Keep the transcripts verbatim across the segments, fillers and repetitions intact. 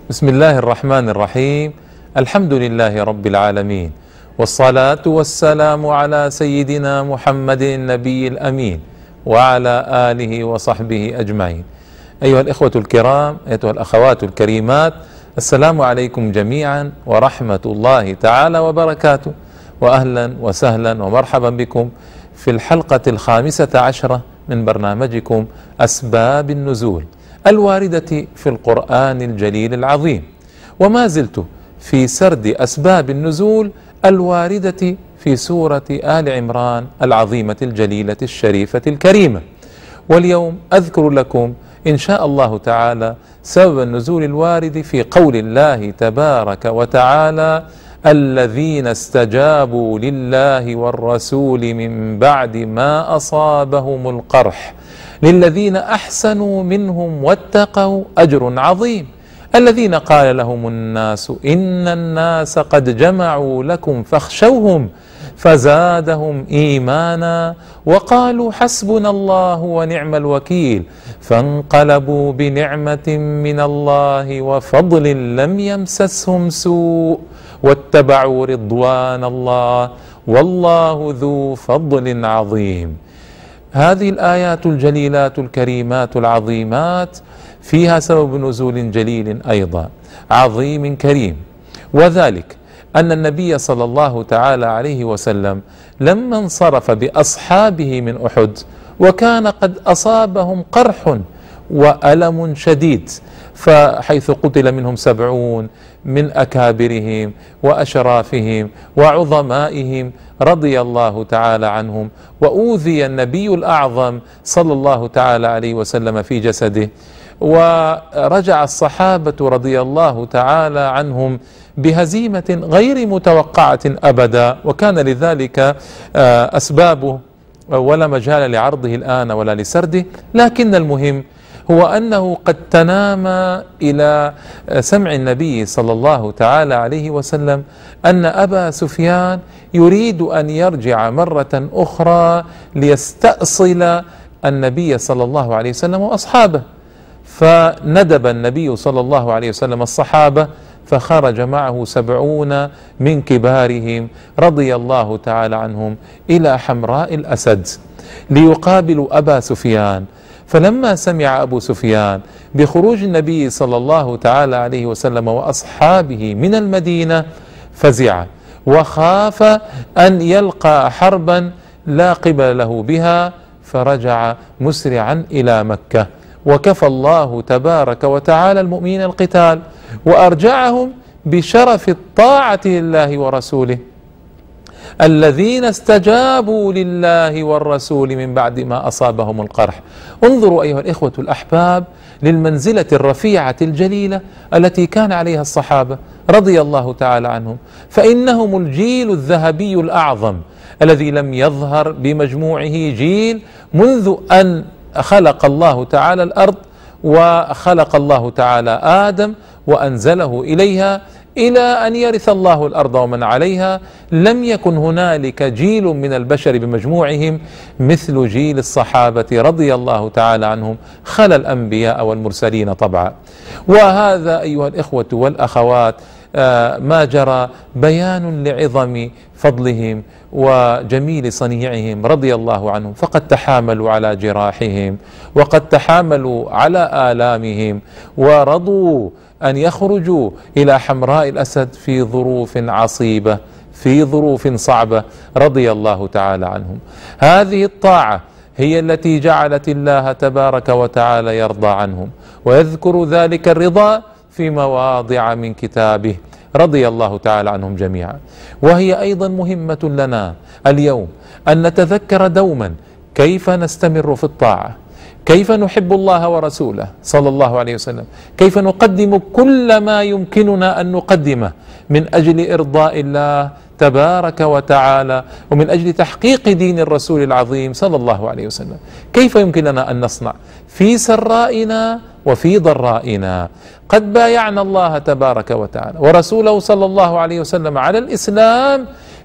بسم الله الرحمن الرحيم. الحمد لله رب العالمين، والصلاة والسلام على سيدنا محمد النبي الأمين وعلى آله وصحبه أجمعين. أيها الإخوة الكرام، أيها الأخوات الكريمات، السلام عليكم جميعا ورحمة الله تعالى وبركاته، وأهلا وسهلا ومرحبا بكم في الحلقة الخامسة عشرة من برنامجكم أسباب النزول الواردة في القرآن الجليل العظيم. وما زلت في سرد أسباب النزول الواردة في سورة آل عمران العظيمة الجليلة الشريفة الكريمة. واليوم أذكر لكم إن شاء الله تعالى سبب النزول الوارد في قول الله تبارك وتعالى: الذين استجابوا لله والرسول من بعد ما أصابهم القرح للذين أحسنوا منهم واتقوا أجر عظيم. الذين قال لهم الناس إن الناس قد جمعوا لكم فاخشوهم فزادهم إيمانا وقالوا حسبنا الله ونعم الوكيل فانقلبوا بنعمة من الله وفضل لم يمسسهم سوء واتبعوا رضوان الله والله ذو فضل عظيم. هذه الآيات الجليلات الكريمات العظيمات فيها سبب نزول جليل أيضا عظيم كريم، وذلك أن النبي صلى الله تعالى عليه وسلم لما انصرف بأصحابه من أحد وكان قد أصابهم قرح وألم شديد، فحيث قتل منهم سبعون من أكابرهم وأشرافهم وعظمائهم رضي الله تعالى عنهم، وأوذي النبي الأعظم صلى الله تعالى عليه وسلم في جسده، ورجع الصحابة رضي الله تعالى عنهم بهزيمة غير متوقعة أبدا، وكان لذلك أسبابه ولا مجال لعرضه الآن ولا لسرده. لكن المهم هو أنه قد تنام إلى سمع النبي صلى الله تعالى عليه وسلم أن أبا سفيان يريد أن يرجع مرة أخرى ليستأصل النبي صلى الله عليه وسلم وأصحابه، فندب النبي صلى الله عليه وسلم الصحابة فخرج معه سبعون من كبارهم رضي الله تعالى عنهم إلى حمراء الأسد ليقابلوا أبا سفيان. فلما سمع أبو سفيان بخروج النبي صلى الله تعالى عليه وسلم وأصحابه من المدينة فزع وخاف أن يلقى حربا لا قبل له بها، فرجع مسرعا إلى مكة، وكفى الله تبارك وتعالى المؤمنين القتال وأرجعهم بشرف الطاعة لله ورسوله. الذين استجابوا لله والرسول من بعد ما أصابهم القرح. انظروا أيها الإخوة الأحباب للمنزلة الرفيعة الجليلة التي كان عليها الصحابة رضي الله تعالى عنهم، فإنهم الجيل الذهبي الأعظم الذي لم يظهر بمجموعه جيل منذ أن خلق الله تعالى الأرض وخلق الله تعالى آدم وأنزله إليها إلى أن يرث الله الأرض ومن عليها. لم يكن هنالك جيل من البشر بمجموعهم مثل جيل الصحابة رضي الله تعالى عنهم، خلا الأنبياء والمرسلين طبعا. وهذا أيها الإخوة والأخوات ما جرى بيان لعظم فضلهم وجميل صنيعهم رضي الله عنهم، فقد تحاملوا على جراحهم وقد تحاملوا على آلامهم ورضوا أن يخرجوا إلى حمراء الأسد في ظروف عصيبة في ظروف صعبة رضي الله تعالى عنهم. هذه الطاعة هي التي جعلت الله تبارك وتعالى يرضى عنهم، ويذكر ذلك الرضا في مواضع من كتابه رضي الله تعالى عنهم جميعا. وهي أيضا مهمة لنا اليوم أن نتذكر دوما كيف نستمر في الطاعة، كيف نحب الله ورسوله صلى الله عليه وسلم، كيف نقدم كل ما يمكننا أن نقدمه من أجل إرضاء الله تبارك وتعالى ومن أجل تحقيق دين الرسول العظيم صلى الله عليه وسلم. كيف يمكن لنا أن نصنع في سرائنا وفي ضرائنا؟ قد بايعنا الله تبارك وتعالى ورسوله صلى الله عليه وسلم على الإسلام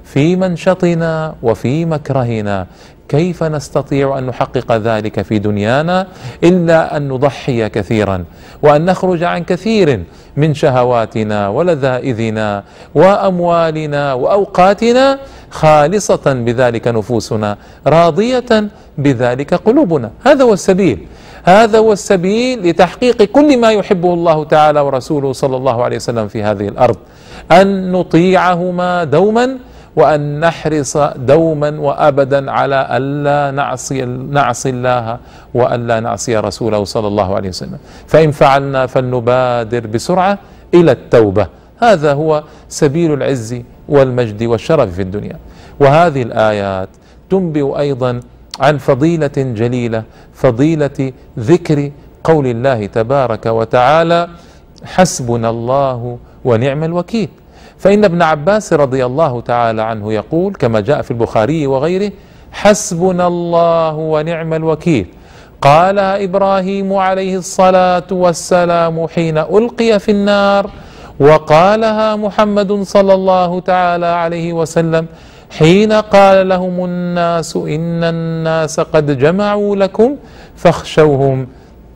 في منشطنا وفي مكرهنا. كيف نستطيع أن نحقق ذلك في دنيانا إلا أن نضحي كثيرا، وأن نخرج عن كثير من شهواتنا ولذائذنا وأموالنا وأوقاتنا، خالصة بذلك نفوسنا، راضية بذلك قلوبنا. هذا هو السبيل، هذا هو السبيل لتحقيق كل ما يحبه الله تعالى ورسوله صلى الله عليه وسلم في هذه الأرض، أن نطيعهما دوما، وأن نحرص دوما وأبدا على ألا نعصي, نعصي الله وألا نعصي رسوله صلى الله عليه وسلم. فإن فعلنا فلنبادر بسرعة إلى التوبة. هذا هو سبيل العز والمجد والشرف في الدنيا. وهذه الآيات تنبئ أيضا عن فضيلة جليلة، فضيلة ذكر قول الله تبارك وتعالى: حسبنا الله ونعم الوكيل. فإن ابن عباس رضي الله تعالى عنه يقول كما جاء في البخاري وغيره: حسبنا الله ونعم الوكيل، قالها إبراهيم عليه الصلاة والسلام حين ألقي في النار، وقالها محمد صلى الله تعالى عليه وسلم حين قال لهم الناس إن الناس قد جمعوا لكم فاخشوهم،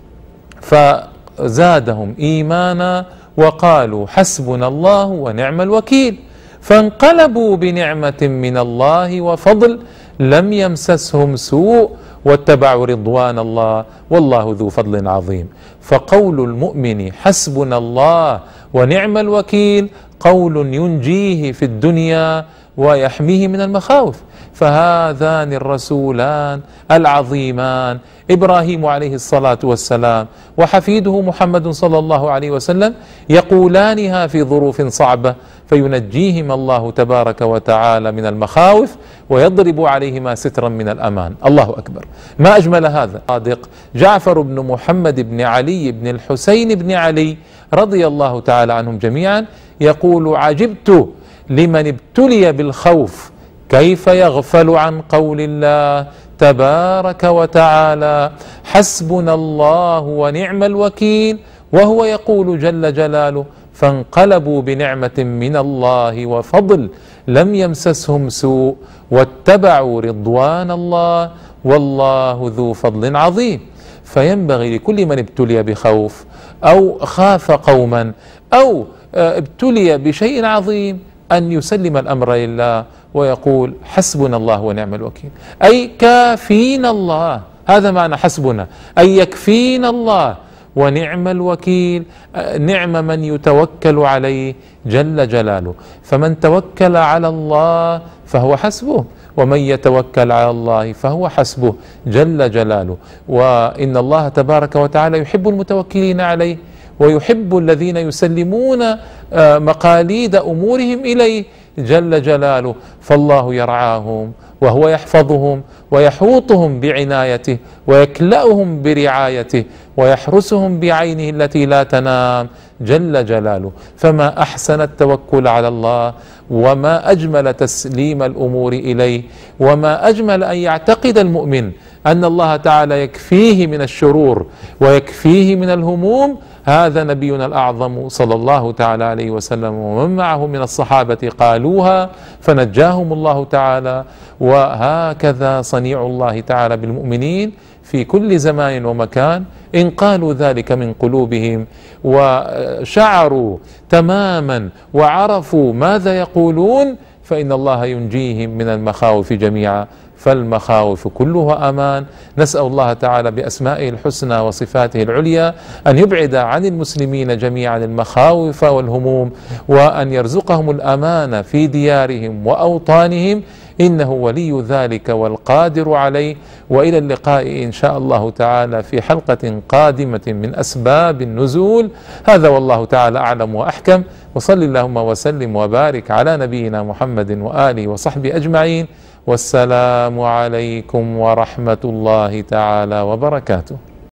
فزادهم إيمانا وقالوا حسبنا الله ونعم الوكيل، فانقلبوا بنعمة من الله وفضل لم يمسسهم سوء واتبعوا رضوان الله والله ذو فضل عظيم. فقول المؤمن حسبنا الله ونعم الوكيل قول ينجيه في الدنيا ويحميه من المخاوف. فهذان الرسولان العظيمان إبراهيم عليه الصلاة والسلام وحفيده محمد صلى الله عليه وسلم يقولانها في ظروف صعبة، فينجيهما الله تبارك وتعالى من المخاوف ويضرب عليهما سترا من الأمان. الله أكبر، ما أجمل هذا. صادق جعفر بن محمد بن علي بن الحسين بن علي رضي الله تعالى عنهم جميعا يقول: عجبت لمن ابتلي بالخوف كيف يغفل عن قول الله تبارك وتعالى: حسبنا الله ونعم الوكيل، وهو يقول جل جلاله: فانقلبوا بنعمة من الله وفضل لم يمسسهم سوء واتبعوا رضوان الله والله ذو فضل عظيم. فينبغي لكل من ابتلي بخوف أو خاف قوما أو ابتلي بشيء عظيم أن يسلم الأمر لله ويقول: حسبنا الله ونعم الوكيل، أي كافينا الله. هذا معنى حسبنا، أي يكفينا الله، ونعم الوكيل نعم من يتوكل عليه جل جلاله. فمن توكل على الله فهو حسبه، ومن يتوكل على الله فهو حسبه جل جلاله. وإن الله تبارك وتعالى يحب المتوكلين عليه، ويحب الذين يسلمون مقاليد أمورهم إليه جل جلاله. فالله يرعاهم وهو يحفظهم ويحوطهم بعنايته ويكلأهم برعايته ويحرسهم بعينه التي لا تنام جل جلاله. فما أحسن التوكل على الله، وما أجمل تسليم الأمور إليه، وما أجمل أن يعتقد المؤمن أن الله تعالى يكفيه من الشرور ويكفيه من الهموم. هذا نبينا الأعظم صلى الله تعالى عليه وسلم ومن معه من الصحابة قالوها فنجاهم الله تعالى. وهكذا صنيع الله تعالى بالمؤمنين في كل زمان ومكان. إن قالوا ذلك من قلوبهم وشعروا تماما وعرفوا ماذا يقولون فإن الله ينجيهم من المخاوف جميعا. فالمخاوف كلها أمان. نسأل الله تعالى بأسمائه الحسنى وصفاته العليا أن يبعد عن المسلمين جميعا المخاوف والهموم، وأن يرزقهم الأمان في ديارهم وأوطانهم، إنه ولي ذلك والقادر عليه. وإلى اللقاء إن شاء الله تعالى في حلقة قادمة من أسباب النزول. هذا والله تعالى أعلم وأحكم، وصل اللهم وسلم وبارك على نبينا محمد وآله وصحبه أجمعين. والسلام عليكم ورحمة الله تعالى وبركاته.